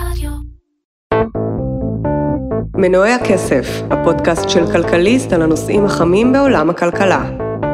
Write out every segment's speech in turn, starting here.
רדיו. מנועי הכסף, הפודקאסט של כלכליסט על הנושאים החמים בעולם הכלכלה.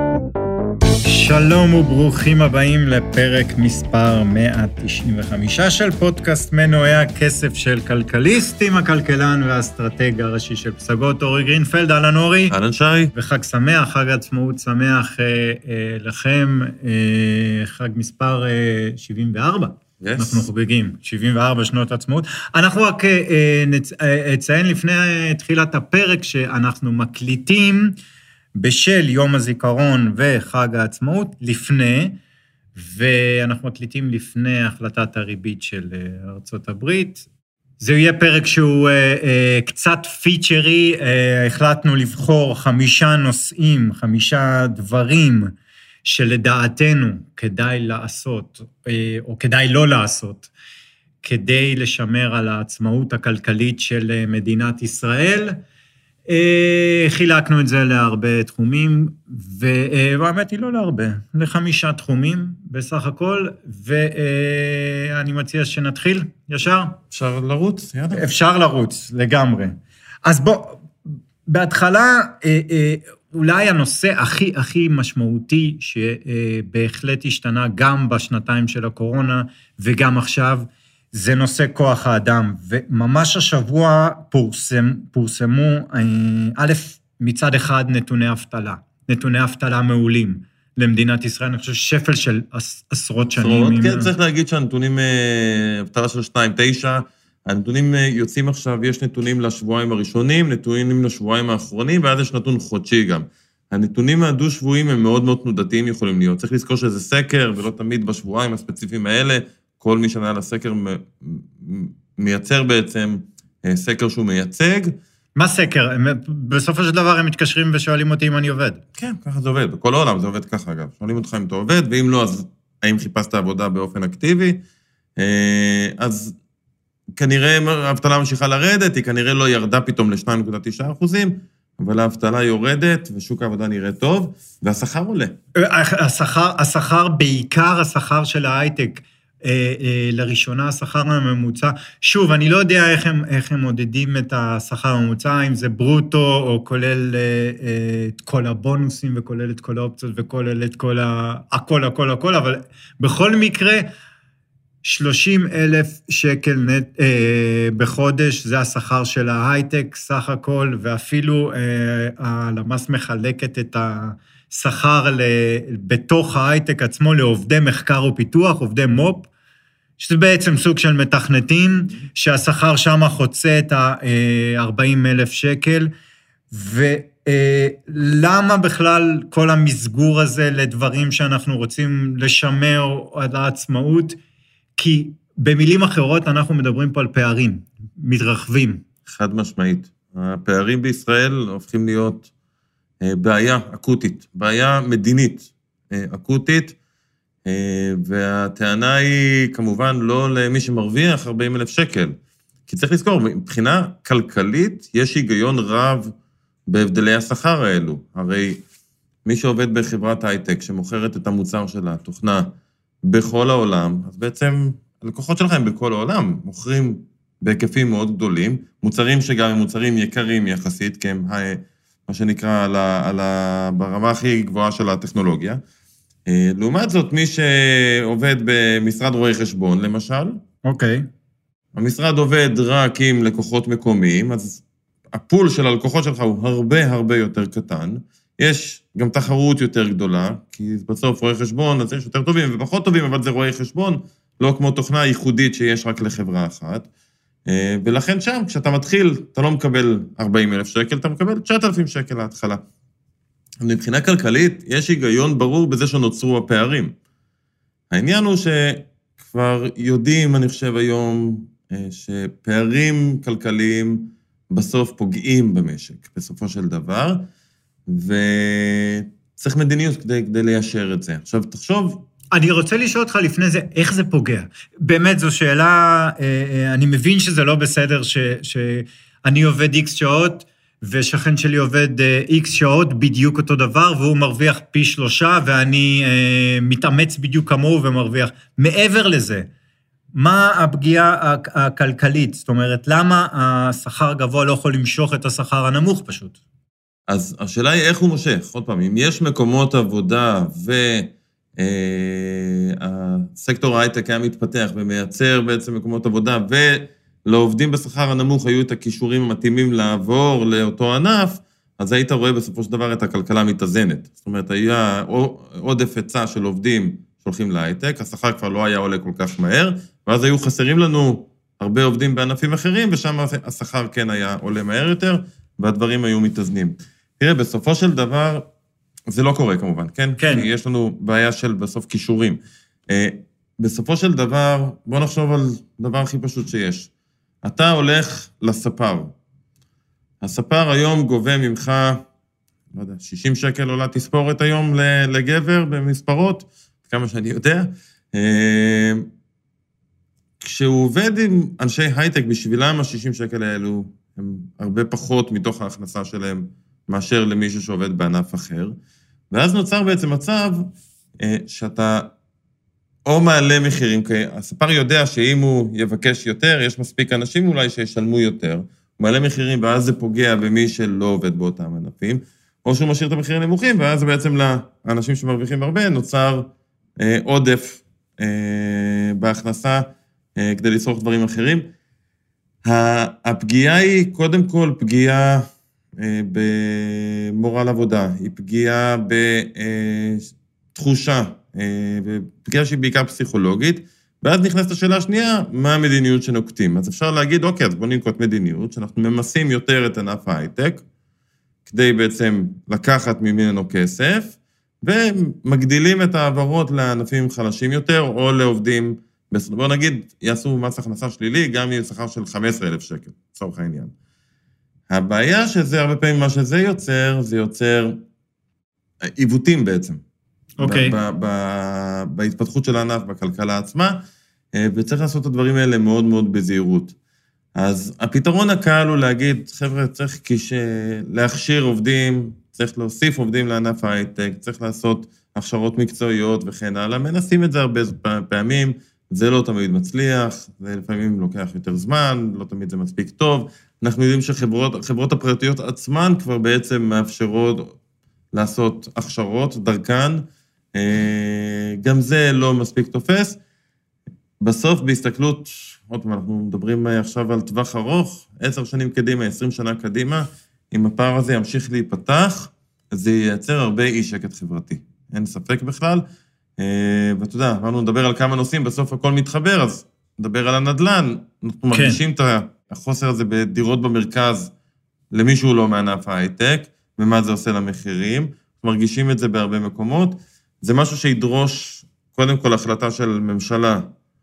שלום וברוכים הבאים לפרק מספר 195 של פודקאסט מנועי הכסף של כלכליסט, עם הכלכלן והאסטרטג הראשי של פסגות, אורי גרינפלד. אהלן אורי. אהלן שי. וחג שמח, חג עצמאות שמח לכם, חג מספר 74. אנחנו חוגגים 74 שנות עצמאות. אנחנו רק נציין לפני תחילת הפרק שאנחנו מקליטים בשל יום הזיכרון וחג העצמאות לפני, ואנחנו מקליטים לפני החלטת הריבית של ארצות הברית. זה יהיה פרק שהוא קצת פיצ'רי, החלטנו לבחור 5 נושאים, 5 דברים שלדעתנו כדאי לעשות, או כדאי לא לעשות, כדי לשמר על העצמאות הכלכלית של מדינת ישראל. חילקנו את זה להרבה תחומים, והאמת היא לא להרבה, ל5 תחומים בסך הכל, ואני מציע שנתחיל ישר. אפשר לרוץ, יאללה. אפשר לרוץ, לגמרי. אז בוא, בהתחלה, אולי הנושא הכי משמעותי, שבהחלט השתנה גם בשנתיים של הקורונה, וגם עכשיו, זה נושא כוח האדם, וממש השבוע פורסמו, א', מצד אחד נתוני אבטלה מעולים למדינת ישראל, אני חושב שפל של עשרות שנים. כן, צריך להגיד שהנתונים, אבטלה של 2.9, הנתונים יוצאים עכשיו, יש נתונים לשבועיים הראשונים, נתונים לשבועיים האחרונים, ואז יש נתון חודשי גם. הנתונים הדו-שבועיים הם מאוד מאוד תנודתיים יכולים להיות, צריך לזכור שזה סקר, ולא תמיד בשבועיים הספציפיים האלה, כל מי שנהיה לסקר מייצר בעצם סקר שהוא מייצג. מה סקר? בסופו של דבר הם מתקשרים ושואלים אותי אם אני עובד. כן, ככה זה עובד. בכל העולם זה עובד ככה, אגב. שואלים אותך אם אתה עובד, ואם לא, אז האם חיפשת עבודה באופן אקטיבי. אז כנראה האבטלה ממשיכה לרדת, היא כנראה לא ירדה פתאום ל-2.9%, אבל האבטלה יורדת, ושוק העבודה נראה טוב, והשכר עולה. השכר, בעיקר השכר של ההייטק, לראשונה השכר הממוצע, שוב, אני לא יודע איך הם מודדים את השכר הממוצע, אם זה ברוטו, או כולל את כל הבונוסים, וכולל את כל האופציות, וכולל את כל הכל, אבל בכל מקרה, 30,000 שקל בחודש, זה השכר של ההייטק, סך הכל, ואפילו הלמ"ס מחלקת את השכר בתוך ההייטק עצמו, לעובדי מחקר ופיתוח, עובדי מופ, שזה בעצם סוג של מתכנתים, שהשכר שם חוצה את ה-40,000 שקל, ולמה בכלל כל המסגור הזה לדברים שאנחנו רוצים לשמר על העצמאות? כי במילים אחרות אנחנו מדברים פה על פערים, מתרחבים. חד משמעית. הפערים בישראל הופכים להיות בעיה אקוטית, בעיה מדינית אקוטית, והטענה היא כמובן לא למי שמרוויח 40,000 שקל, כי צריך לזכור, מבחינה כלכלית יש היגיון רב בהבדלי השכר האלו. הרי מי שעובד בחברת הייטק שמוכרת את המוצר שלה, תוכנה, בכל העולם, אז בעצם הלקוחות שלכם בכל העולם מוכרים בהיקפים מאוד גדולים, מוצרים שגם הם מוצרים יקרים יחסית, כי הם מה שנקרא ברמה הכי גבוהה של הטכנולוגיה. לעומת זאת, מי שעובד במשרד רואי חשבון, למשל, המשרד עובד רק עם לקוחות מקומיים, אז הפול של הלקוחות שלך הוא הרבה יותר קטן, יש גם תחרות יותר גדולה, כי בסוף רואי חשבון, אז יש יותר טובים ופחות טובים, אבל זה רואי חשבון, לא כמו תוכנה ייחודית שיש רק לחברה אחת, ולכן שם, כשאתה מתחיל, אתה לא מקבל 40,000 שקל, אתה מקבל 9,000 שקל להתחלה. מבחינה כלכלית, יש היגיון ברור בזה שנוצרו הפערים. העניין הוא שכבר יודעים, אני חושב היום, שפערים כלכליים בסוף פוגעים במשק, בסופו של דבר, וצריך מדיניות כדי ליישר את זה. עכשיו, תחשוב... אני רוצה לשאול אותך לפני זה, איך זה פוגע? באמת, זו שאלה, אני מבין שזה לא בסדר שאני עובד X שעות, ושכן שלי עובד X שעות בדיוק אותו דבר, והוא מרוויח פי 3, ואני מתאמץ בדיוק כמוהו ומרוויח. מעבר לזה, מה הפגיעה הכלכלית? זאת אומרת, למה השכר גבוה לא יכול למשוך את השכר הנמוך פשוט? אז השאלה היא איך הוא מושך. עוד פעם, אם יש מקומות עבודה והסקטור ההייטק היה מתפתח ומייצר בעצם מקומות עבודה, ולעובדים בשכר הנמוך היו את הכישורים המתאימים לעבור לאותו ענף, אז היית רואה בסופו של דבר את הכלכלה מתאזנת. זאת אומרת, היה עודף היצע של עובדים שהולכים להייטק, השכר כבר לא היה עולה כל כך מהר, ואז היו חסרים לנו הרבה עובדים בענפים אחרים, ושם השכר כן היה עולה מהר יותר, והדברים היו מתאזנים. תראה, בסופו של דבר, זה לא קורה כמובן, כן? כן. כי יש לנו בעיה של בסוף כישורים. בסופו של דבר, בוא נחשוב על דבר הכי פשוט שיש. אתה הולך לספר. הספר היום גובה ממך, לא יודע, 60 שקל עולה תספורת היום לגבר במספרות, כמה שאני יודע. כשהוא עובד עם אנשי הייטק, בשבילם ה-60 שקל האלו, הם הרבה פחות מתוך ההכנסה שלהם, מאשר למישהו שעובד בענף אחר. ואז נוצר בעצם מצב שאתה או מעלה מחירים, כי הספר יודע שאם הוא יבקש יותר, יש מספיק אנשים אולי שישלמו יותר, הוא מעלה מחירים ואז זה פוגע במי שלא עובד באותם ענפים, או שהוא משאיר את המחירים נמוכים, ואז בעצם לאנשים שמרוויחים הרבה נוצר עודף בהכנסה כדי לצרוך דברים אחרים. הפגיעה היא קודם כל פגיעה במורל עבודה, היא פגיעה בתחושה, ופגיעה שהיא בעיקר פסיכולוגית, ואז נכנסת השאלה השנייה, מה המדיניות שנוקטים? אז אפשר להגיד, אוקיי, אז בוא ננקוט מדיניות, שאנחנו ממסים יותר את ענף ההייטק, כדי בעצם לקחת ממנו כסף, ומגדילים את העברות לענפים חלשים יותר, או לעובדים, בוא נגיד, יעשו מס הכנסה שלילי, גם עם שכר של 15,000 שקל, לצורך העניין. הבעיה שזה, הרבה פעמים מה שזה יוצר, זה יוצר עיוותים בעצם. אוקיי. בהתפתחות של הענף, בכלכלה עצמה, וצריך לעשות את הדברים האלה מאוד מאוד בזהירות. אז הפתרון הקל הוא להגיד, חבר'ה, צריך להכשיר עובדים, צריך להוסיף עובדים לענף ההייטק, צריך לעשות הכשרות מקצועיות וכן הלאה, מנסים את זה הרבה פעמים, זה לא תמיד מצליח, זה לפעמים לוקח יותר זמן, לא תמיד זה מספיק טוב, אנחנו יודעים שחברות הפרטיות עצמן כבר בעצם מאפשרות לעשות הכשרות דרכן, גם זה לא מספיק תופס. בסוף בהסתכלות, עוד פעם, אנחנו מדברים עכשיו על טווח ארוך, 10 שנים קדימה, 20 שנה קדימה, אם הפער הזה ימשיך להיפתח, זה ייצר הרבה אי שקט חברתי. אין ספק בכלל. ואתה יודע, אמרנו נדבר על כמה נושאים, בסוף הכל מתחבר, אז נדבר על הנדל"ן, אנחנו מרגישים את החוסר הזה בדירות במרכז, למישהו לא מענף ההייטק, ומה זה עושה למחירים, מרגישים את זה בהרבה מקומות, זה משהו שידרוש, קודם כל, החלטה של ממשלה,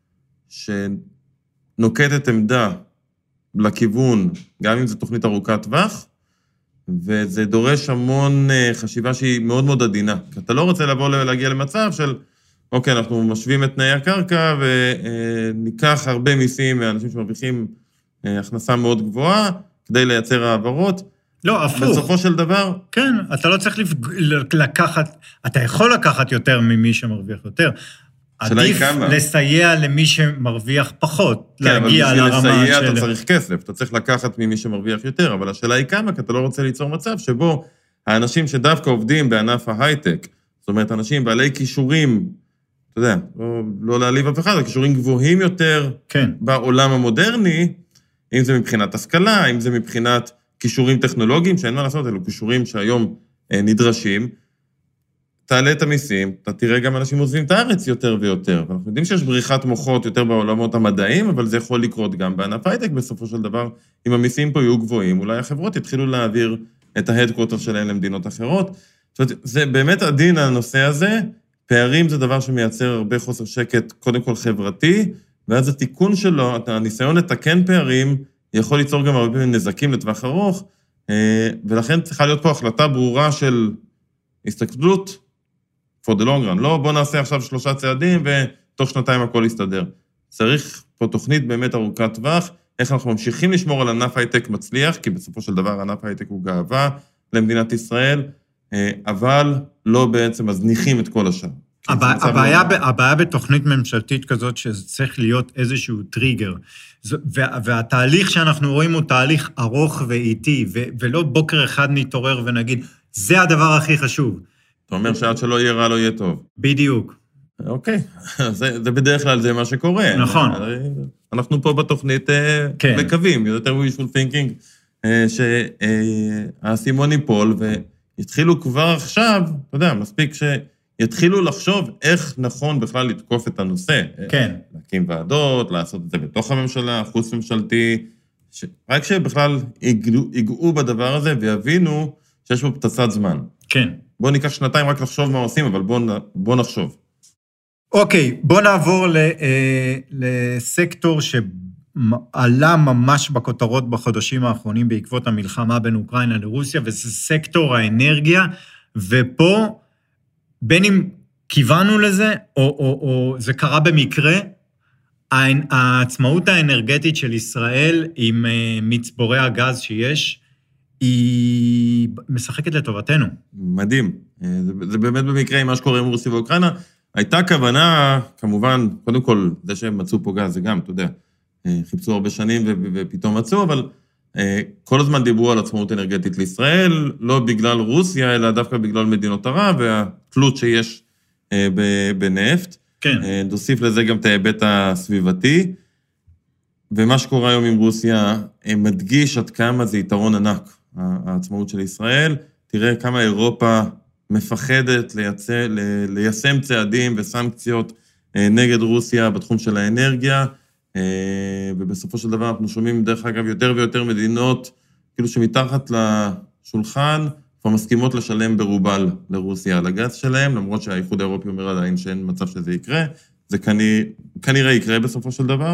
שנוקטת עמדה לכיוון, גם אם זו תוכנית ארוכת טווח, וזה דורש המון חשיבה שהיא מאוד מאוד עדינה, כי אתה לא רוצה להגיע למצב של, אוקיי, אנחנו משווים את תנאי הקרקע, וניקח הרבה מיסים מאנשים שמרוויחים הכנסה מאוד גבוהה, כדי לייצר העברות. לא, הפוך. בסופו של דבר. כן, אתה לא צריך לקחת, אתה יכול לקחת יותר ממי שמרוויח יותר. עדיף לסייע למי שמרוויח פחות, להגיע לרמה של... אבל בשביל לסייע אתה צריך כסף, אתה צריך לקחת ממי שמרוויח יותר, אבל השאלה היא כמה, כי אתה לא רוצה ליצור מצב שבו האנשים שדווקא עובדים בענף ההייטק, זאת אומרת, אנשים בעלי כישורים, אתה יודע, לא להעליב אף אחד, כישורים גבוהים יותר בעולם המודרני, אם זה מבחינת השכלה, אם זה מבחינת כישורים טכנולוגיים, שאין מה לעשות, אלו כישורים שהיום נדרשים, תעלה את המיסים, אתה תראה גם אנשים עוזבים את הארץ יותר ויותר, ואנחנו יודעים שיש בריחת מוחות יותר בעולמות המדעיים, אבל זה יכול לקרות גם בענף הייטק בסופו של דבר, אם המיסים פה יהיו גבוהים, אולי החברות יתחילו להעביר את ההדקווטר שלהם למדינות אחרות. זאת אומרת, זה באמת עדין הנושא הזה, פערים זה דבר שמייצר הרבה חוסר שקט, קודם כל חברתי, ואז התיקון שלו, הניסיון לתקן פערים, יכול ליצור גם הרבה נזקים לטווח ארוך, ולכן צריכה להיות פה החלטה ברורה של הסתכלות, for the long run, לא בוא נעשה עכשיו 3 צעדים, ותוך 2 הכל יסתדר. צריך פה תוכנית באמת ארוכת טווח, איך אנחנו ממשיכים לשמור על ענף הייטק מצליח, כי בסופו של דבר ענף הייטק הוא גאווה למדינת ישראל, אבל לא בעצם מזניחים את כל השאר. הבעיה בתוכנית ממשלתית כזאת, שצריך להיות איזשהו טריגר, והתהליך שאנחנו רואים הוא תהליך ארוך ואיטי, ולא בוקר אחד נתעורר ונגיד, זה הדבר הכי חשוב. אתה אומר שעד שלא יהיה רע, לא יהיה טוב. בדיוק. אוקיי, זה בדרך כלל זה מה שקורה. נכון. אנחנו פה בתוכנית מקווים, יותר wishful thinking, שהסימון ייפול, ויתחילו כבר עכשיו, אתה יודע, מספיק שיתחילו לחשוב איך נכון בכלל לתקוף את הנושא. כן. להקים ועדות, לעשות את זה בתוך הממשלה, חוץ ממשלתי, רק שבכלל ייגעו בדבר הזה ויבינו שיש בו פצצת זמן. כן. בואו ניקח שנתיים רק לחשוב מה עושים, אבל בואו נחשוב. אוקיי, בואו נעבור לסקטור שעלה ממש בכותרות בחודשים האחרונים בעקבות המלחמה בין אוקראינה לרוסיה, וזה סקטור האנרגיה, ופה, בין אם כיוונו לזה, או זה קרה במקרה, העצמאות האנרגטית של ישראל עם מצבורי הגז שיש, היא משחקת לטובתנו. מדהים. זה באמת במקרה עם מה שקורה עם רוסיה ואוקראינה. הייתה כוונה, כמובן, קודם כל, זה שהם מצאו פה גז, זה גם, אתה יודע, חיפשו הרבה שנים ופתאום מצאו, אבל כל הזמן דיברו על עצמאות אנרגטית לישראל, לא בגלל רוסיה, אלא דווקא בגלל מדינות ערב, והתלות שיש בנפט. כן. נוסיף לזה גם את ההיבט הסביבתי, ומה שקורה היום עם רוסיה, מדגיש עד כמה זה יתרון ענק, העצמאות של ישראל. תראה כמה אירופה מפחדת ליישם צעדים וסנקציות נגד רוסיה בתחום של האנרגיה, ובסופו של דבר אנחנו שומעים דרך אגב יותר ויותר מדינות, כאילו שמתחת לשולחן, כבר מסכימות לשלם ברובל לרוסיה על הגז שלהם, למרות שהאיחוד האירופי אומר עדיין שאין מצב שזה יקרה, זה כנראה יקרה בסופו של דבר.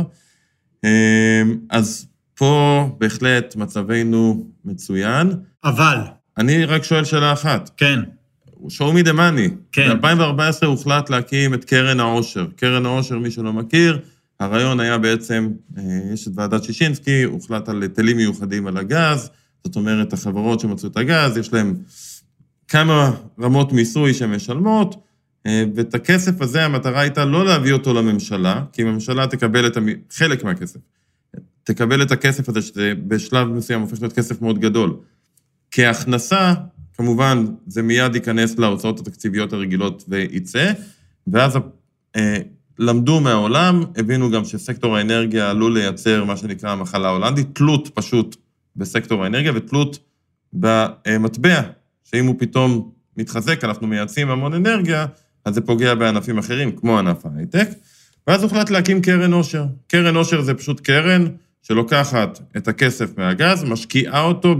אז פה בהחלט מצבנו מצוין. אבל. אני רק שואל שאלה אחת. כן. show me the money. כן. ב-2014 הוחלט להקים את קרן העושר. קרן העושר, מי שלא מכיר, הרעיון היה בעצם, יש את ועדת שישינסקי, הוחלט על היטלים מיוחדים על הגז, זאת אומרת, החברות שמצאו את הגז, יש להם כמה רמות מיסוי שמשלמות, ואת הכסף הזה, המטרה הייתה לא להביא אותו לממשלה, כי הממשלה תקבל חלק מהכסף, תקבל את הכסף הזה, שזה בשלב מסוים הופך להיות כסף מאוד גדול. כהכנסה, כמובן, זה מיד ייכנס להוצאות התקציביות הרגילות וייצא, ואז למדו מהעולם, הבינו גם שסקטור האנרגיה עלול לייצר מה שנקרא המחלה ההולנדית, תלות פשוט בסקטור האנרגיה, ותלות במטבע, שאם הוא פתאום מתחזק, אנחנו מייצאים המון אנרגיה, אז זה פוגע בענפים אחרים, כמו ענף ההייטק, ואז הוחלט להקים קרן עושר. קרן עושר זה פשוט קרן שלוקחת את הכסף מהגז, משקיעה אותו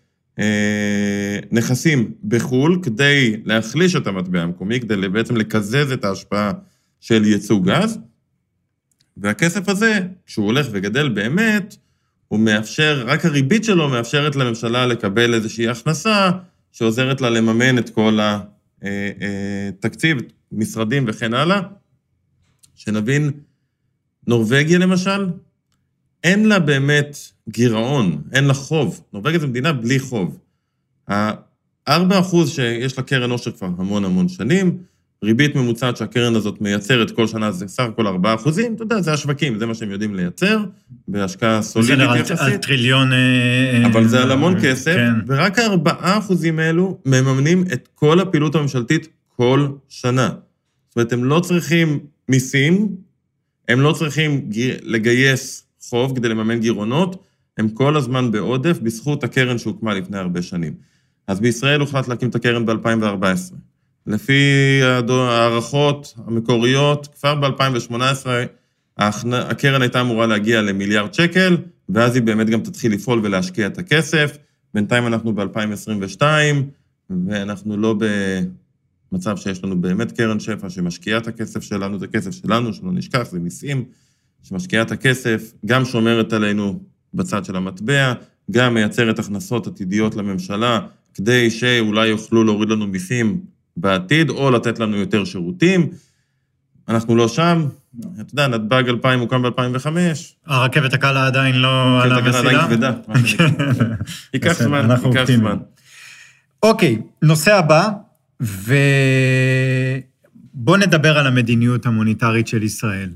בנכסים בחול, כדי להחליש את המטבע המקומי, כדי בעצם לקזז את ההשפעה של ייצוא גז, והכסף הזה, כשהוא הולך וגדל באמת, הוא מאפשר, רק הריבית שלו מאפשרת לממשלה לקבל איזושהי הכנסה, שעוזרת לה לממן את כל התקציב, משרדים וכן הלאה, שנבין, נורווגיה למשל, אין לה באמת גירעון, אין לה חוב. נורווגיה זו מדינה בלי חוב. 4% שיש לה קרן עושר כבר המון שנים, ריבית ממוצעת שהקרן הזאת מייצרת כל שנה, זה סך הכל 4%, אתה יודע, זה השווקים, זה מה שהם יודעים לייצר, בהשקעה סולידית יחסית. על טריליון. אבל זה על המון כסף, כן. ורק 4% האלו מממנים את כל הפעילות הממשלתית כל שנה. זאת אומרת, הם לא צריכים מיסים, הם לא צריכים לגייס חוב כדי לממן גירעונות, הם כל הזמן בעודף, בזכות הקרן שהוקמה לפני הרבה שנים. אז בישראל הוחלט להקים את הקרן ב-2014. לפי הערכות המקוריות, כבר ב-2018, הקרן הייתה אמורה להגיע למיליארד שקל, ואז היא באמת גם תתחיל לפעול ולהשקיע את הכסף. בינתיים אנחנו ב-2022, ואנחנו לא במצב שיש לנו באמת קרן שפע שמשקיעה את הכסף שלנו, זה כסף שלנו, שלא נשכח, זה מיסים, שמשקיעה את הכסף, גם שומרת עלינו בצד של המטבע, גם מייצרת הכנסות עתידיות לממשלה, כדי שאולי יוכלו להוריד לנו מיסים בעתיד, או לתת לנו יותר שירותים. אנחנו לא שם. אתה יודע, נתב"ג 2000 הוקם ב-2005. הרכבת הקלה עדיין לא על המסילה. עדיין כבדה. ייקח זמן, ייקח זמן. אוקיי, נושא הבא, בוא נדבר על המדיניות המוניטרית של ישראל.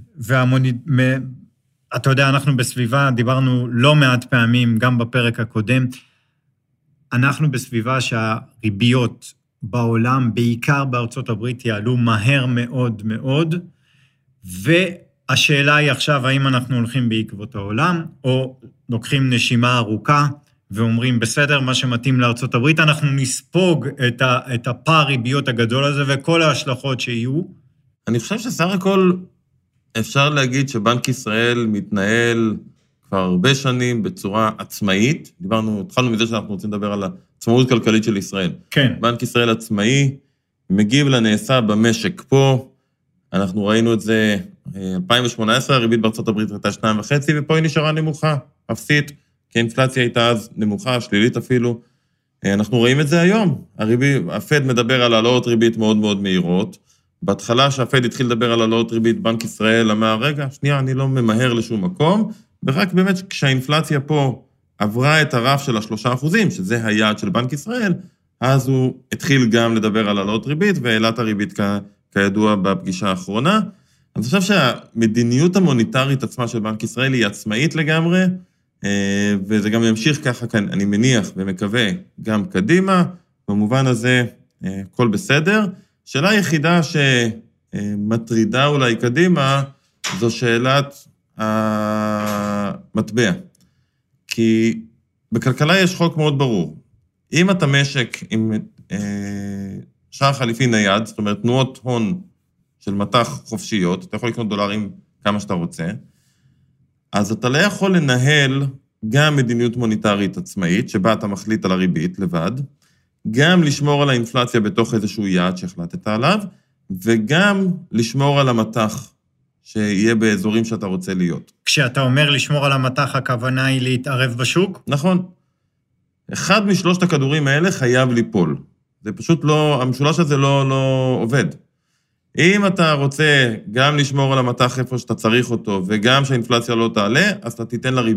אתה יודע, אנחנו בסביבה, דיברנו לא מעט פעמים, גם בפרק הקודם, אנחנו בסביבה שהריביות בעולם, בעיקר בארצות הברית, יעלו מהר מאוד מאוד, והשאלה היא עכשיו, האם אנחנו הולכים בעקבות העולם, או לוקחים נשימה ארוכה, ואומרים, בסדר, מה שמתאים לארצות הברית, אנחנו נספוג את הפער ריביות הגדול הזה, וכל ההשלכות שיהיו. אני חושב שסך הכל אפשר להגיד שבנק ישראל מתנהל כבר הרבה שנים בצורה עצמאית. התחלנו מזה שאנחנו רוצים לדבר על העצמאות כלכלית של ישראל. כן. בנק ישראל עצמאי, מגיב לנעשה במשק פה, אנחנו ראינו את זה, 2018, הריבית בארצות הברית הייתה 2.5, ופה היא נשארה נמוכה, אפסית, כי האינפלציה הייתה אז נמוכה, שלילית אפילו. אנחנו רואים את זה היום. הפד מדבר על העלאות ריבית מאוד מאוד מהירות. בהתחלה שהפד התחיל לדבר על העלאות ריבית, בנק ישראל אמר, רגע, שנייה, אני לא ממהר לשום מקום, ורק באמת כשהאינפלציה פה עברה את הרף של 3%, שזה היעד של בנק ישראל, אז הוא התחיל גם לדבר על העלאות ריבית, והעלה את הריבית כידוע בפגישה האחרונה. אני חושב שהמדיניות המוניטרית עצמה של בנק ישראל היא עצמאית לגמרי, וזה גם ימשיך ככה כאן, אני מניח ומקווה, גם קדימה, במובן הזה, הכל בסדר. שאלה היחידה שמטרידה אולי קדימה, זו שאלת המטבע. כי בכלכלה יש חוק מאוד ברור. אם אתה משק עם שער חליפי נייד, זאת אומרת, תנועות הון של מטח חופשיות, אתה יכול לקנות דולרים כמה שאתה רוצה, אז אתה לא יכול לנהל גם מדיניות מוניטרית עצמאית, שבה אתה מחליט על הריבית לבד, גם לשמור על האינפלציה בתוך איזשהו יעד שהחלטת עליו, וגם לשמור על המטח שיהיה באזורים שאתה רוצה להיות. כשאתה אומר לשמור על המטח, הכוונה היא להתערב בשוק? נכון. אחד משלושת הכדורים האלה חייב ליפול. זה פשוט לא, המשולש הזה לא עובד. אם אתה רוצה גם לשמור על המטח איפה שאתה צריך אותו, וגם שהאינפלציה לא תעלה, אז אתה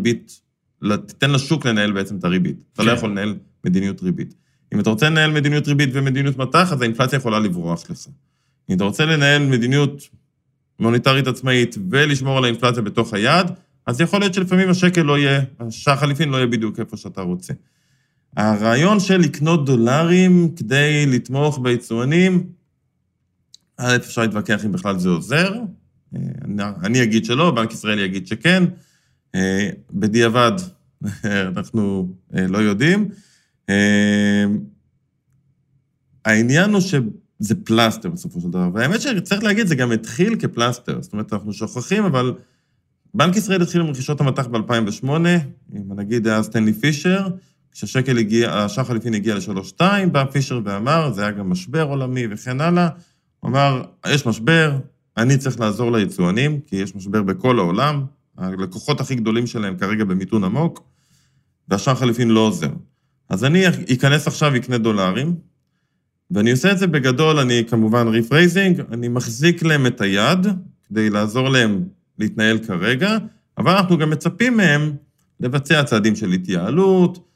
תיתן לשוק לנהל בעצם את הריבית. אתה לא יכול לנהל מדיניות ריבית. אם אתה רוצה לנהל מדיניות ריבית ומדיניות מטח, אז האינפלציה יכולה לברוח לך. אם אתה רוצה לנהל מדיניות מוניטרית עצמאית ולשמור על האינפלציה בתוך היעד, אז יכול להיות שלפעמים השקל לא יהיה, השער חליפין לא יהיה בדיוק איפה שאתה רוצה. הרעיון של לקנות דולרים כדי לתמוך ביצואנים, אפשר להתווכח אם בכלל זה עוזר, אני אגיד שלא, בנק ישראל יגיד שכן, בדיעבד אנחנו לא יודעים. העניין הוא שזה פלסטר בסופו של דבר, והאמת שצריך להגיד, זה גם התחיל כפלסטר, זאת אומרת, אנחנו שוכחים, אבל בנק ישראל התחיל עם רכישות המטח ב-2008, אם נגיד היה סטנלי פישר, כשהשקל הגיע, השער חליפין הגיע ל-3.2, בא פישר ואמר, זה היה גם משבר עולמי וכן הלאה, הוא אמר, יש משבר, אני צריך לעזור ליצואנים, כי יש משבר בכל העולם, הלקוחות הכי גדולים שלהם כרגע במיתון עמוק, והשער חליפין לא עוזר. אז אני אכנס עכשיו ויקנה דולרים, ואני עושה את זה בגדול, אני כמובן ריפרייזינג, אני מחזיק להם את היד, כדי לעזור להם להתנהל כרגע, אבל אנחנו גם מצפים מהם לבצע צעדים של התייעלות,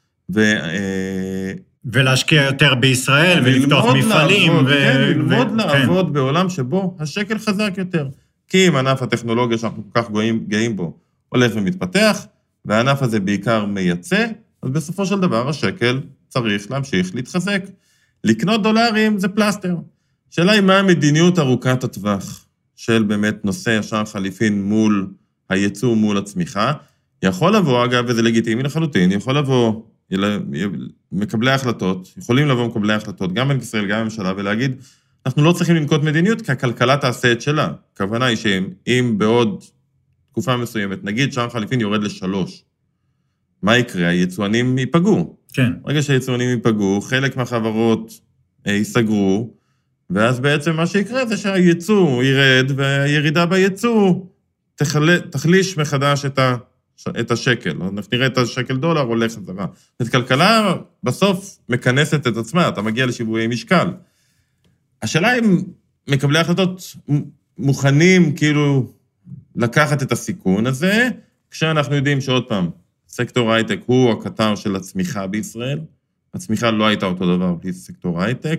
ולהשקיע יותר בישראל, ולפתוח מפעלים. ללמוד לעבוד בעולם שבו השקל חזק יותר. כי אם ענף הטכנולוגיה שאנחנו כל כך גאים בו, הולך ומתפתח, והענף הזה בעיקר מייצא, אז בסופו של דבר השקל צריך להמשיך להתחזק. לקנות דולרים זה פלסטר. שאלה היא מה המדיניות ארוכת הטווח של באמת נושא השער חליפין מול הייצוא מול הצמיחה. יכול לבוא, אגב, וזה לגיטימי לחלוטין, יכול לבוא מקבלי ההחלטות, יכולים לבוא מקבלי ההחלטות, גם בנק ישראל, גם בממשלה, ולהגיד, אנחנו לא צריכים לנקוט מדיניות, כי הכלכלה תעשה את שלה. הכוונה היא שאם בעוד תקופה מסוימת, נגיד שער חליפין יורד ל3, מה יקרה? היצואנים ייפגעו. כן. ברגע שהיצואנים ייפגעו, חלק מהחברות ייסגרו, ואז בעצם מה שיקרה זה שהייצוא ירד, והירידה בייצוא תחליש מחדש את השקל. נראה את השקל דולר הולך חזרה. את כלכלה בסוף מכנסת את עצמה, אתה מגיע לשיווי משקל. השאלה אם מקבלי ההחלטות מוכנים כאילו לקחת את הסיכון הזה, כשאנחנו יודעים שעוד פעם, סקטור הייטק הוא הקטר של הצמיחה בישראל, הצמיחה לא הייתה אותו דבר בלי סקטור הייטק,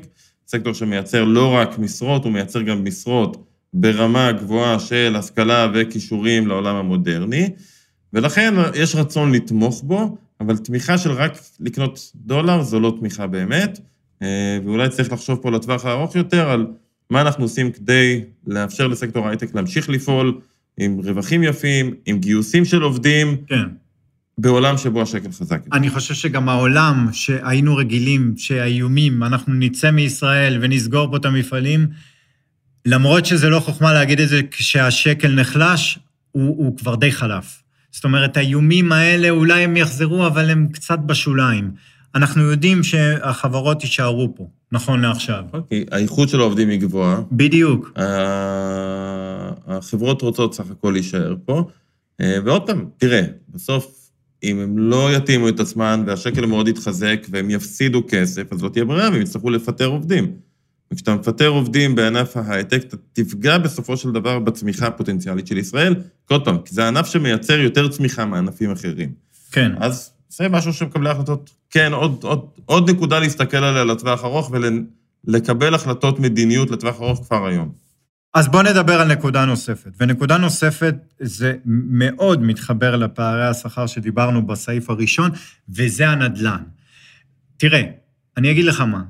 סקטור שמייצר לא רק משרות, הוא מייצר גם משרות ברמה גבוהה של השכלה וכישורים לעולם המודרני, ולכן יש רצון לתמוך בו, אבל תמיכה של רק לקנות דולר זו לא תמיכה באמת, ואולי צריך לחשוב פה לטווח הארוך יותר על מה אנחנו עושים כדי לאפשר לסקטור ההייטק להמשיך לפעול עם רווחים יפים, עם גיוסים של עובדים, כן. בעולם שבו השקל חזק. אני חושב שגם העולם שהיינו רגילים, שהאיומים, אנחנו נצא מישראל ונסגור פה את המפעלים, למרות שזה לא חוכמה להגיד את זה כשהשקל נחלש, הוא כבר די חלף. זאת אומרת, האיומים האלה אולי הם יחזרו, אבל הם קצת בשוליים. אנחנו יודעים שהחברות יישארו פה, נכון לעכשיו. אוקיי, האיכות של העובדים היא גבוהה. בדיוק. החברות רוצות סך הכל להישאר פה, ועוד פעם, תראה, בסוף, אם הם לא יתאימו את עצמן, והשקל מאוד יתחזק, והם יפסידו כסף, אז לא תהיה ברירה, והם יצטרכו לפטר עובדים. וכשאתה מפטר עובדים בענף ההייטק, אתה תפגע בסופו של דבר בצמיחה הפוטנציאלית של ישראל, כל פעם, כי זה הענף שמייצר יותר צמיחה מענפים אחרים. כן. אז זה משהו שמקבלי החלטות, כן, עוד נקודה להסתכל עליה לטווח ארוך, ולקבל החלטות מדיניות לטווח ארוך כבר היום. אז בוא נדבר על נקודה נוספת, ונקודה נוספת זה מאוד מתחבר לפערי השכר שדיברנו בסעיף הראשון, וזה הנדל"ן. תראה, אני אגיד לך מה,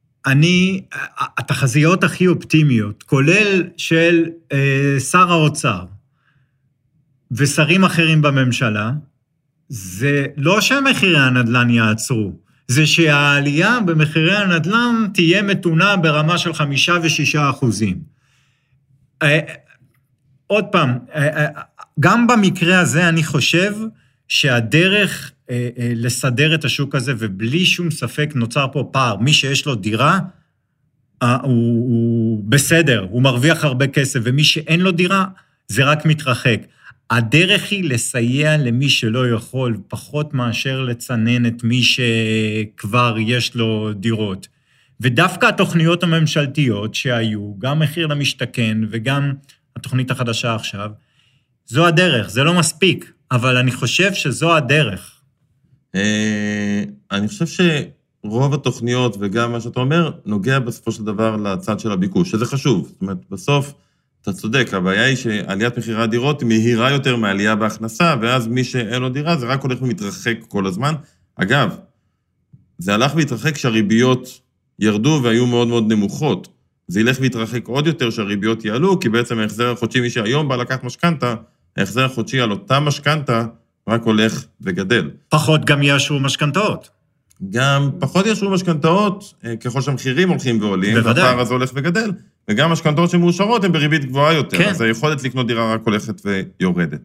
התחזיות הכי אופטימיות, כולל של שר האוצר ושרים אחרים בממשלה, זה לא שמחירי הנדל"ן יעצרו, זה שהעלייה במחירי הנדל"ן תהיה מתונה ברמה של 5-6%. עוד פעם, גם במקרה הזה אני חושב שהדרך לסדר את השוק הזה, ובלי שום ספק נוצר פה פער, מי שיש לו דירה, הוא בסדר, הוא מרוויח הרבה כסף, ומי שאין לו דירה, זה רק מתרחק. הדרך היא לסייע למי שלא יכול, פחות מאשר לצנן את מי שכבר יש לו דירות. ודווקא התוכניות הממשלתיות שהיו, גם מחיר למשתכן וגם התוכנית החדשה עכשיו, זו הדרך, זה לא מספיק, אבל אני חושב שזו הדרך. אני חושב שרוב התוכניות וגם מה שאתה אומר, נוגע בסופו של דבר לצד של הביקוש, שזה חשוב. זאת אומרת, בסוף אתה צודק, הבעיה היא שעליית מחירי הדירות היא מהירה יותר מעלייה בהכנסה, ואז מי שאין לו דירה זה רק הולך ומתרחק כל הזמן. אגב, זה הלך והתרחק שהריביות ירדו והיו מאוד מאוד נמוכות. זה ילך והתרחק עוד יותר שהריביות יעלו, כי בעצם ההחזר החודשי, מי שהיום בא לקחת משכנתה, ההחזר החודשי על אותה משכנתה רק הולך וגדל. פחות גם יאשרו משכנתאות. גם פחות יאשרו משכנתאות, ככל שהמחירים הולכים ועולים, והפער הזה הולך וגדל, וגם משכנתאות שמאושרות הן בריבית גבוהה יותר, כן. אז היכולת לקנות דירה רק הולכת ויורדת.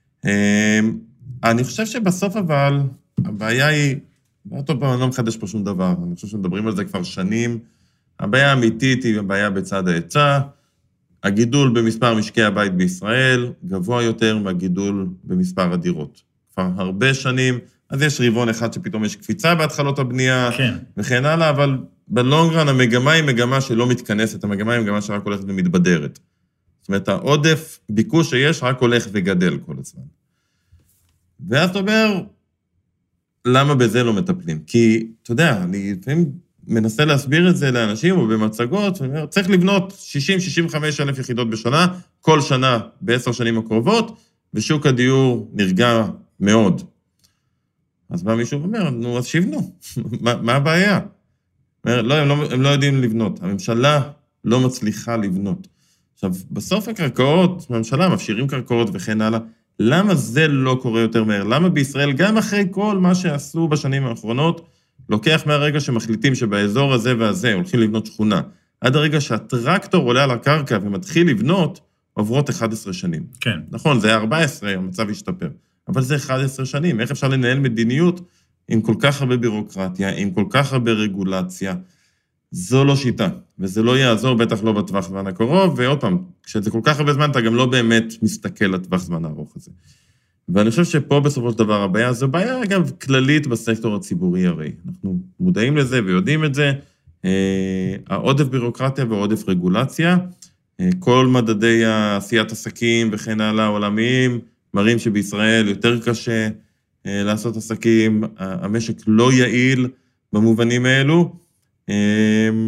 אני חושב שבסוף אבל, הבעיה היא, טוב, אני לא מחדש פה שום דבר, אני חושב שמדברים על זה כבר שנים, הבעיה האמיתית היא הבעיה בצד ההיצע, הגידול במספר משקי הבית בישראל גבוה יותר מהגידול במספר הדירות. כבר הרבה שנים, אז יש רבעון אחד שפתאום יש קפיצה בהתחלות הבנייה, כן. וכן הלאה, אבל בלונגרן המגמה היא מגמה שלא מתכנסת, המגמה היא מגמה שרק הולכת ומתבדרת. זאת אומרת, העודף ביקוש שיש רק הולך וגדל כל הזמן. ואז אתה אומר, למה בזה לא מטפלים? כי, אתה יודע, אני לפעמים מנסה להסביר את זה לאנשים או במצגות, ואומר, צריך לבנות 60-65 אלף יחידות בשנה, כל שנה ב10 שנים הקרובות, ושוק הדיור נרגע מאוד. אז בא מישהו ואומר, נו, אז שיבנו, מה הבעיה? לא, הם לא יודעים לבנות, הממשלה לא מצליחה לבנות. עכשיו, בסוף הקרקעות, הממשלה מפשירים קרקעות וכן הלאה, למה זה לא קורה יותר מהר? למה בישראל, גם אחרי כל מה שעשו בשנים האחרונות, לוקח מהרגע שמחליטים שבאזור הזה והזה הולכים לבנות שכונה, עד הרגע שהטרקטור עולה על הקרקע ומתחיל לבנות, עוברות 11 שנים. כן. נכון, זה 14, המצב השתפר. אבל זה 11 שנים. איך אפשר לנהל מדיניות עם כל כך הרבה בירוקרטיה, עם כל כך הרבה רגולציה? זו לא שיטה, וזה לא יעזור, בטח לא בטווח זמן הקרוב, ועוד פעם, כשזה כל כך הרבה זמן, אתה גם לא באמת מסתכל לטווח זמן הארוך הזה. ואני חושב שפה בסופו של דבר הבעיה, זו בעיה אגב כללית בסקטור הציבורי הרי. אנחנו מודעים לזה ויודעים את זה, העודף בירוקרטיה ועודף רגולציה, כל מדדי עשיית עסקים וכן הלאה עולמיים, מראים שבישראל יותר קשה לעשות עסקים, המשק לא יעיל במובנים האלו,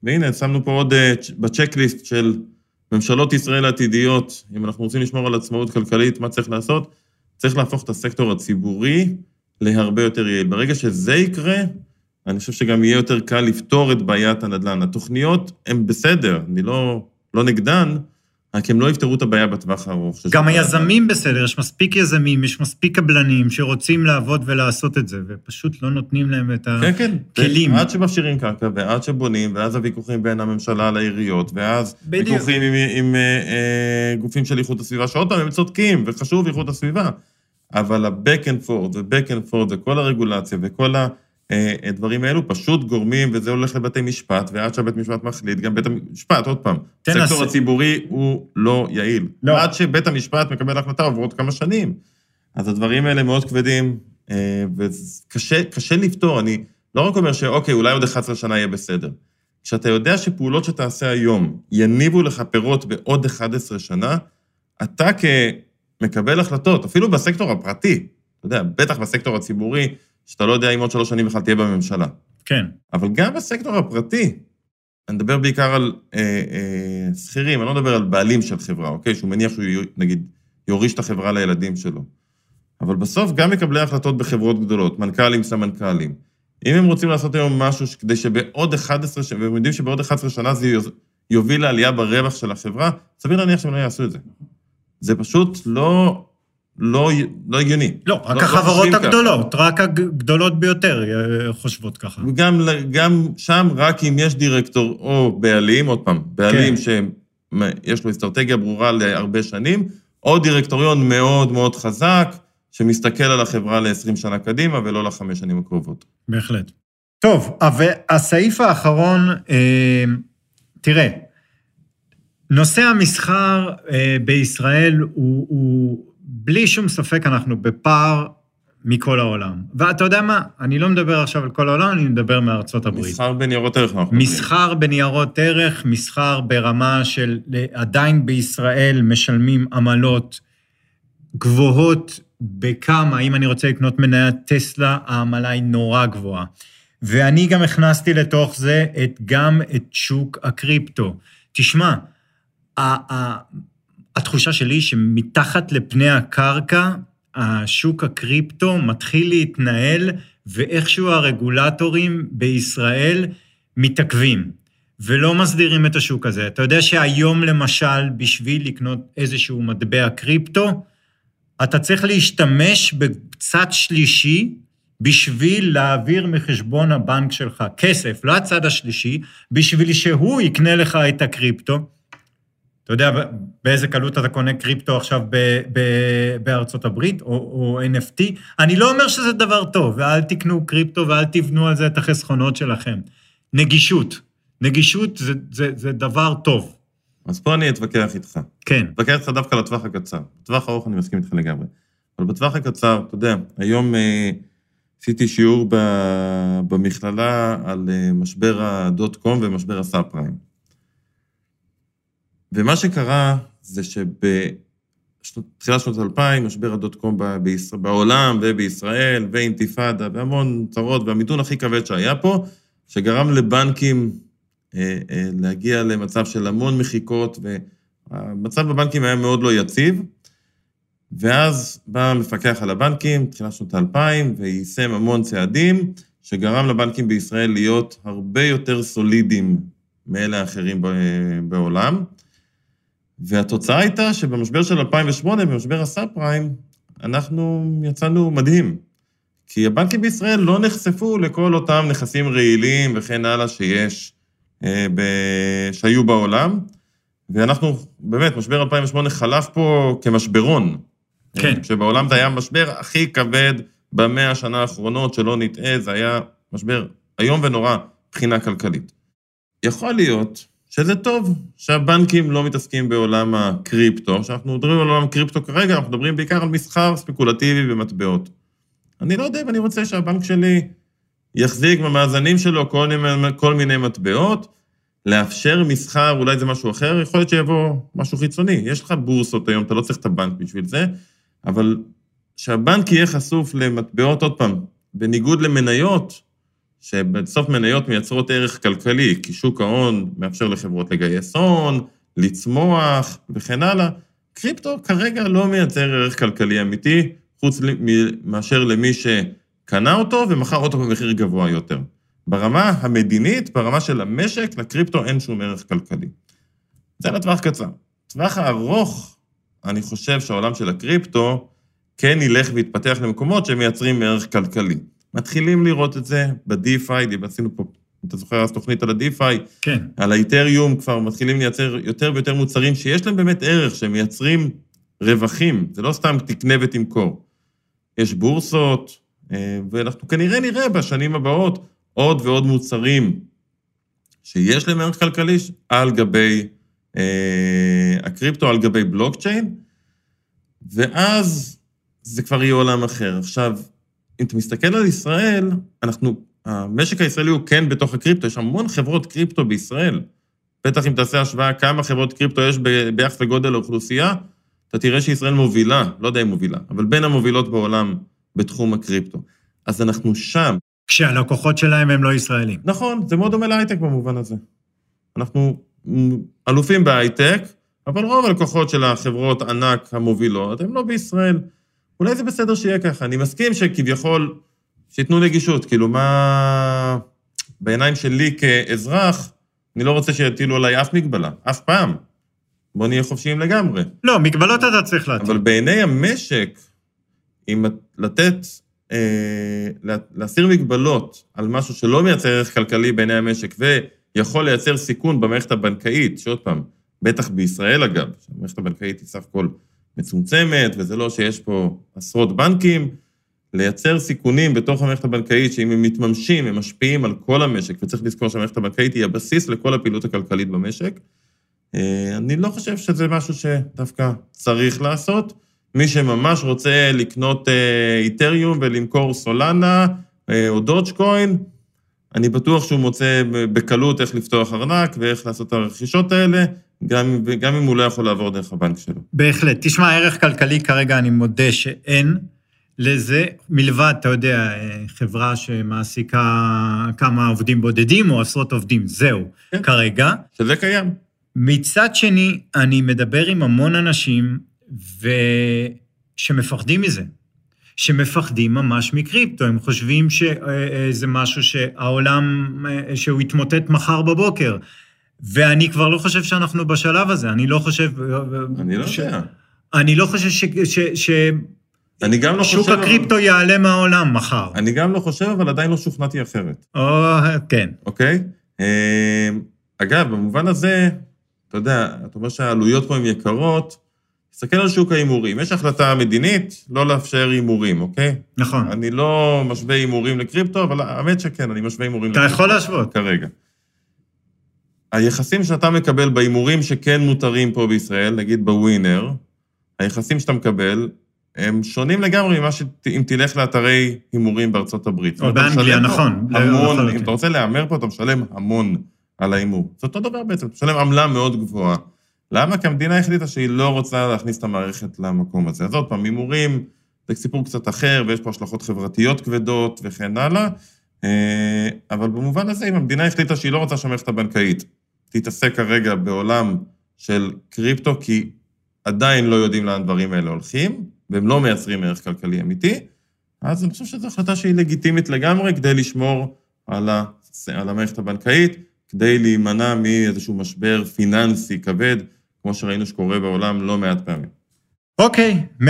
והנה, שמנו פה עוד בצ'קליסט של ממשלות ישראל העתידיות, אם אנחנו רוצים לשמור על עצמאות כלכלית, מה צריך לעשות? צריך להפוך את הסקטור הציבורי להרבה יותר יעיל. ברגע שזה יקרה, אני חושב שגם יהיה יותר קל לפתור את בעיית הנדל"ן. התוכניות הן בסדר, אני לא נגדן, רק הם לא יפתרו את הבעיה בטווח הארוך. גם היזמים בסדר, יש מספיק יזמים, יש מספיק קבלנים שרוצים לעבוד ולעשות את זה, ופשוט לא נותנים להם את הכלים. עד שמפשירים קרקע, ועד שבונים, ואז הוויכוחים בין הממשלה לעיריות, ואז ויכוחים עם גופים של איכות הסביבה, שעוד פעם הם צודקים, וחשוב איכות הסביבה, אבל ה-back and forth, ו-back and forth, וכל הרגולציה, וכל הדברים האלו פשוט גורמים, וזה הולך לבתי משפט, ועד שהבית משפט מחליט, גם בית המשפט, עוד פעם, הסקטור הציבורי הוא לא יעיל. עד שבית המשפט מקבל החלטה עוברות כמה שנים. אז הדברים האלה מאוד כבדים, וקשה לפתור. אני לא רק אומר שאוקיי, אולי עוד 11 שנה יהיה בסדר. כשאתה יודע שפעולות שתעשה היום, יניבו לך פירות בעוד 11 שנה, אתה כמקבל החלטות, אפילו בסקטור הפרטי, אתה יודע, בטח בסקטור הציבורי, שאתה לא יודע אם עוד 3 שנים בכלל תהיה בממשלה. כן. אבל גם בסקטור הפרטי, אני מדבר בעיקר על שכירים, אני לא מדבר על בעלים של חברה, אוקיי? שהוא מניח שהוא, נגיד, יוריש את החברה לילדים שלו. אבל בסוף גם מקבלי החלטות בחברות גדולות, מנכ"לים, סמנכ"לים. אם הם רוצים לעשות היום משהו כדי שבעוד 11 שנה, והם יודעים שבעוד 11 שנה זה יוביל לעלייה ברווח של החברה, סביר להניח שהם לא יעשו את זה. זה פשוט לא הגיוני. לא, רק החברות הגדולות, רק הגדולות ביותר חושבות ככה. גם שם, רק אם יש דירקטור או בעלים, עוד פעם, בעלים שיש לו אסטרטגיה ברורה להרבה שנים, או דירקטוריון מאוד מאוד חזק, שמסתכל על החברה ל-20 שנה קדימה, ולא ל5 שנים הקרובות. בהחלט. טוב, הסעיף האחרון, תראה, נושא המסחר בישראל הוא בלי שום ספק אנחנו בפער מכל העולם. ואתה יודע מה? אני לא מדבר עכשיו על כל העולם, אני מדבר מארצות הברית. מסחר בניירות ערך. מסחר בניירות ערך, מסחר ברמה של עדיין בישראל משלמים עמלות גבוהות בכמה, אם אני רוצה לקנות מניית טסלה, העמלה היא נורא גבוהה. ואני גם הכנסתי לתוך זה גם את שוק הקריפטו. תשמע, התחושה שלי שמתחת לפני הקרקע, השוק הקריפטו מתחיל להתנהל, ואיכשהו הרגולטורים בישראל מתעכבים, ולא מסדירים את השוק הזה. אתה יודע שהיום למשל, בשביל לקנות איזשהו מטבע קריפטו, אתה צריך להשתמש בצד שלישי, בשביל להעביר מחשבון הבנק שלך כסף, לא הצד השלישי, בשביל שהוא יקנה לך את הקריפטו. אתה יודע באיזה קלות אתה קונה קריפטו עכשיו בארצות הברית, או NFT? אני לא אומר שזה דבר טוב, ואל תקנו קריפטו, ואל תבנו על זה את החסכונות שלכם. נגישות. נגישות זה דבר טוב. אז פה אני אתווכח איתך. כן. אתווכח איתך דווקא לטווח הקצר. בטווח הארוך אני מסכים איתך לגמרי. אבל בטווח הקצר, אתה יודע, היום עשיתי שיעור במכללה על משבר ה.com ומשבר הסאב פריים. ומה שקרה זה שבתחילת שנות 2000, משבר ה.com בעולם ובישראל, ואינתיפאדה, והמון צרות, והמיתון הכי כבד שהיה פה, שגרם לבנקים להגיע למצב של המון מחיקות, והמצב בבנקים היה מאוד לא יציב, ואז בא מפקח על הבנקים, תחילת שנות 2000, ויישם המון צעדים, שגרם לבנקים בישראל להיות הרבה יותר סולידיים מאלה האחרים בעולם, והתוצאה הייתה שבמשבר של 2008, במשבר הסאב פריים, אנחנו יצאנו מדהים. כי הבנקים בישראל לא נחשפו לכל אותם נכסים רעילים וכן הלאה שהיו בעולם, ואנחנו, באמת, משבר 2008 חלף פה כמשברון. כן. שבעולם זה היה המשבר הכי כבד ב100 השנה האחרונות, שלא נטעה, זה היה משבר איום ונורא, מבחינה כלכלית. יכול להיות שזה טוב שהבנקים לא מתעסקים בעולם הקריפטו, שאנחנו מדברים על עולם הקריפטו כרגע, אנחנו מדברים בעיקר על מסחר ספקולטיבי במטבעות. אני לא יודע אם אני רוצה שהבנק שלי יחזיק במאזנים שלו כל מיני מטבעות, לאפשר מסחר, אולי זה משהו אחר, יכול להיות שיבוא משהו חיצוני. יש לך בורסות היום, אתה לא צריך את הבנק בשביל זה, אבל שהבנק יהיה חשוף למטבעות עוד פעם, בניגוד למניות, שבסוף מניות מייצרות ערך כלכלי, כי שוק ההון מאפשר לחברות לגייס הון, לצמוח וכן הלאה. קריפטו כרגע לא מייצר ערך כלכלי אמיתי, חוץ מאשר למי שקנה אותו ומכר אותו במחיר גבוה יותר. ברמה המדינית, ברמה של המשק, לקריפטו אין שום ערך כלכלי. זה לטווח קצר. טווח הארוך, אני חושב שהעולם של הקריפטו כן ילך ויתפתח למקומות שמייצרים ערך כלכלי. מתחילים לראות את זה בדיפיי, עשינו פה, אם אתה זוכר, אז תוכנית על הדיפיי, כן. על האיתריום כבר מתחילים לייצר יותר ויותר מוצרים שיש להם באמת ערך, שהם מייצרים רווחים, זה לא סתם תקנה ותמכור. יש בורסות, ואנחנו כנראה נראה בשנים הבאות עוד ועוד מוצרים שיש להם ערך כלכלי על גבי הקריפטו, על גבי בלוקצ'יין, ואז זה כבר יהיה עולם אחר. עכשיו, אם אתה מסתכל על ישראל, המשק הישראלי הוא כן בתוך הקריפטו, יש המון חברות קריפטו בישראל. בטח אם תעשה השוואה כמה חברות קריפטו יש ביחס לגודל האוכלוסייה, אתה תראה שישראל מובילה, לא יודע אם מובילה, אבל בין המובילות בעולם בתחום הקריפטו. אז אנחנו שם. כשהלקוחות שלהם הם לא ישראלים. נכון, זה מאוד דומה להייטק במובן הזה. אנחנו אלופים בהייטק, אבל רוב הלקוחות של החברות ענק המובילות, הם לא בישראל. אולי זה בסדר שיהיה ככה. אני מסכים שכביכול, שיתנו נגישות, כאילו מה... בעיניים שלי כאזרח, אני לא רוצה שיטילו עליי אף מגבלה, אף פעם. בוא נהיה חופשיים לגמרי. לא, מגבלות אתה צריך להטיל. אבל בעיני המשק, אם להסיר מגבלות על משהו שלא מייצר ערך כלכלי בעיני המשק, ויכול לייצר סיכון במערכת הבנקאית, שעוד פעם, בטח בישראל אגב, שהמערכת הבנקאית היא סך הכל מצומצמת, וזה לא שיש פה עשרות בנקים, לייצר סיכונים בתוך המערכת הבנקאית, שאם הם מתממשים, הם משפיעים על כל המשק, וצריך לזכור שהמערכת הבנקאית היא הבסיס לכל הפעילות הכלכלית במשק. אני לא חושב שזה משהו שדווקא צריך לעשות. מי שממש רוצה לקנות איתריום ולמכור סולנה או דודג'קוין, אני בטוח שהוא מוצא בקלות איך לפתוח ארנק ואיך לעשות את הרכישות האלה, גם אם הוא לא יכול לעבור דרך הבנק שלו. בהחלט. תשמע, ערך כלכלי כרגע אני מודה שאין לזה, מלבד, אתה יודע, חברה שמעסיקה כמה עובדים בודדים או עשרות עובדים, זהו, כן. כרגע. שזה קיים. מצד שני, אני מדבר עם המון אנשים שמפחדים מזה. שמפחדים ממש מקריפטו, הם חושבים שזה משהו שהעולם, שהוא יתמוטט מחר בבוקר, ואני כבר לא חושב שאנחנו בשלב הזה, אני לא חושב... אני לא יודע. אני לא חושב שוק הקריפטו יעלה מהעולם מחר. אני גם לא חושב, אבל עדיין לא שוכנעתי אחרת. כן. אוקיי? אגב, במובן הזה, אתה יודע, אתה אומר שהעלויות פה הן יקרות, תסתכל על שוק האימורים. יש החלטה מדינית לא לאפשר אימורים, אוקיי? נכון. אני לא משווה אימורים לקריפטו, אבל האמת שכן, אני משווה אימורים לקריפטו. אתה יכול להשוות. כרגע. היחסים שאתה מקבל באימורים שכן מותרים פה בישראל, נגיד בווינר, היחסים שאתה מקבל, הם שונים לגמרי ממה אם תלך לאתרי הימורים בארצות הברית. או באנגליה, נכון. המון, אם אתה רוצה להאמר פה, אתה משלם המון על האימור. זה אותו דבר בעצם, אתה משלם עמלה מאוד גבוהה. למה? כי המדינה החליטה שהיא לא רוצה להכניס את המערכת למקום הזה. אז עוד פעם, הימורים, זה סיפור קצת אחר, ויש פה השלכות חברתיות כבדות וכן הלאה, אבל במובן הזה, אם המדינה החליטה שהיא לא רוצה שהמערכת הבנקאית תתעסק כרגע בעולם של קריפטו, כי עדיין לא יודעים לאן דברים האלה הולכים, והם לא מייצרים ערך כלכלי אמיתי, אז אני חושב שזו החלטה שהיא לגיטימית לגמרי, כדי לשמור על המערכת הבנקאית, כדי להימנע מאיזשהו משבר פיננסי כבד, כמו שראינו שקורה בעולם לא מעט פעמים. אוקיי, 100%.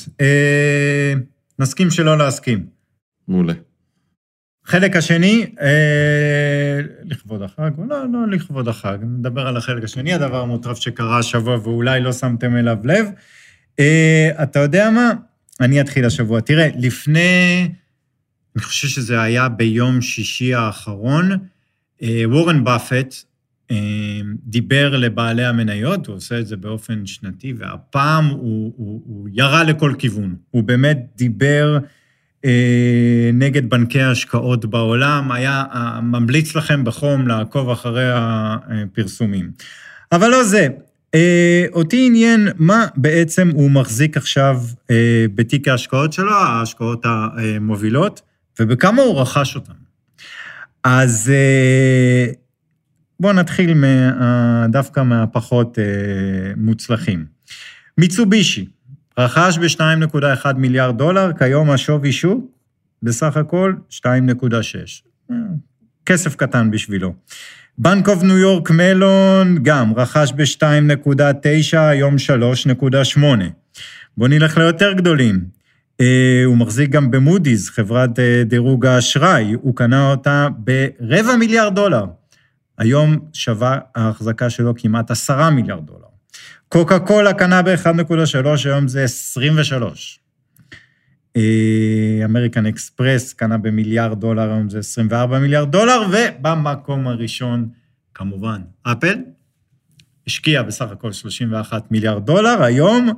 נסכים שלא להסכים. מעולה. חלק השני, לכבוד החג, או לא לכבוד החג, נדבר על החלק השני, הדבר המוטרף שקרה השבוע, ואולי לא שמתם אליו לב. אתה יודע מה? אני אתחיל השבוע. תראה, אני חושב שזה היה ביום שישי האחרון, וורן באפט דיבר לבעלי המניות, הוא עושה את זה באופן שנתי, והפעם הוא ירה לכל כיוון. הוא באמת דיבר נגד בנקי ההשקעות בעולם, היה ממליץ לכם בחום לעקוב אחרי הפרסומים. אבל לא זה, אותי עניין מה בעצם הוא מחזיק עכשיו בתיק ההשקעות שלו, ההשקעות המובילות, ובכמה הוא רכש אותם. אז בואו נתחיל דווקא מהפחות מוצלחים. מיצובישי, רכש ב-2.1 מיליארד דולר, כיום השווי שוק, בסך הכל 2.6. כסף קטן בשבילו. בנק אוף ניו יורק מלון, גם רכש ב-2.9, היום 3.8. בואו נלך ליותר גדולים. הוא מחזיק גם במודי'ס, חברת דירוג האשראי, הוא קנה אותה ב$250 מיליארד. היום שווה ההחזקה שלו כמעט 10 מיליארד דולר. קוקה קולה קנה ב-1.3, היום זה 23. אמריקן אקספרס קנה ב$1 מיליארד, היום זה 24 מיליארד דולר, ובמקום הראשון, כמובן, אפל, השקיע בסך הכל 31 מיליארד דולר, היום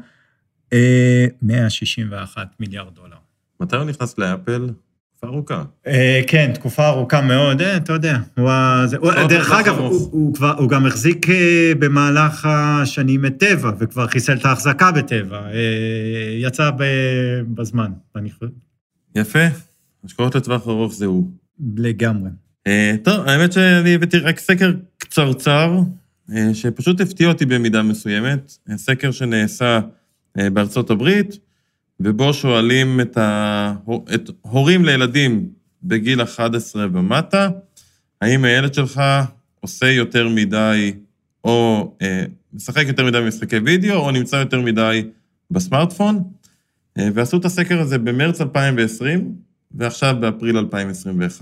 161 מיליארד דולר. מתי הוא נכנס לאפל? תקופה ארוכה. כן, תקופה ארוכה מאוד, אתה יודע. דרך אגב, הוא גם החזיק במהלך השנים את טבע, וכבר חיסל את ההחזקה בטבע. יצא בזמן. יפה. השקעות לטווח ארוך זהו. לגמרי. טוב, האמת שאני הבאתי רק סקר קצרצר, שפשוט הפתיע אותי במידה מסוימת. סקר שנעשה בארצות הברית, ובו שואלים את הורים לילדים בגיל 11 ומטה, האם הילד שלך עושה יותר מדי, או משחק יותר מדי במשחקי וידאו, או נמצא יותר מדי בסמארטפון, ועשו את הסקר הזה במרץ 2020, ועכשיו באפריל 2021.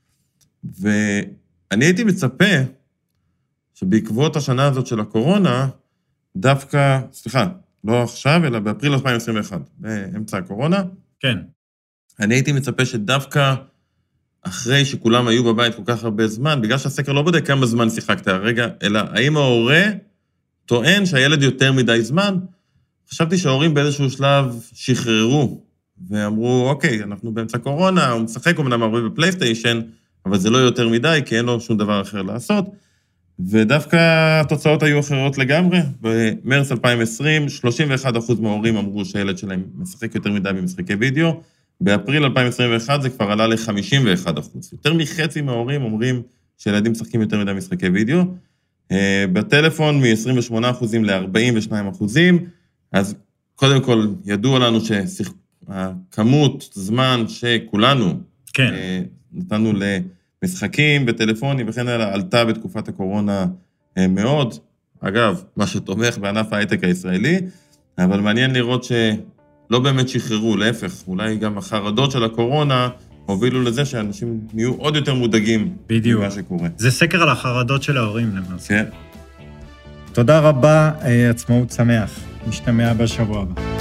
ואני הייתי מצפה, שבעקבות השנה הזאת של הקורונה, דווקא, סליחה, לא עכשיו, אלא באפריל 2021, באמצע הקורונה. כן. אני הייתי מצפה שדווקא אחרי שכולם היו בבית כל כך הרבה זמן, בגלל שהסקר לא בודק כמה זמן שיחקת הרגע, אלא האם ההורה טוען שהילד יותר מדי זמן, חשבתי שההורים באיזשהו שלב שחררו, ואמרו, אוקיי, אנחנו באמצע קורונה, הוא משחק אומנם הרבה בפלייסטיישן, אבל זה לא יותר מדי, כי אין לו שום דבר אחר לעשות, ודווקא התוצאות היו אחרות לגמרי. במרץ 2020, 31% מההורים אמרו שהילד שלהם משחק יותר מדי במשחקי וידאו, באפריל 2021 זה כבר עלה ל-51%. יותר מחצי מההורים אומרים שילדים משחקים יותר מדי משחקי וידאו, בטלפון מ-28% ל-42%, אז קודם כל ידוע לנו שהכמות זמן שכולנו נתנו משחקים בטלפונים וכן הלאה, עלתה בתקופת הקורונה מאוד. אגב, מה שתומך בענף ההייטק הישראלי, אבל מעניין לראות שלא באמת שחררו, להפך, אולי גם החרדות של הקורונה הובילו לזה שאנשים נהיו עוד יותר מודאגים. בדיוק. ממה שקורה. זה סקר על החרדות של ההורים למעשה. כן. תודה רבה, עצמאות שמח. נשתמע בשבוע הבא.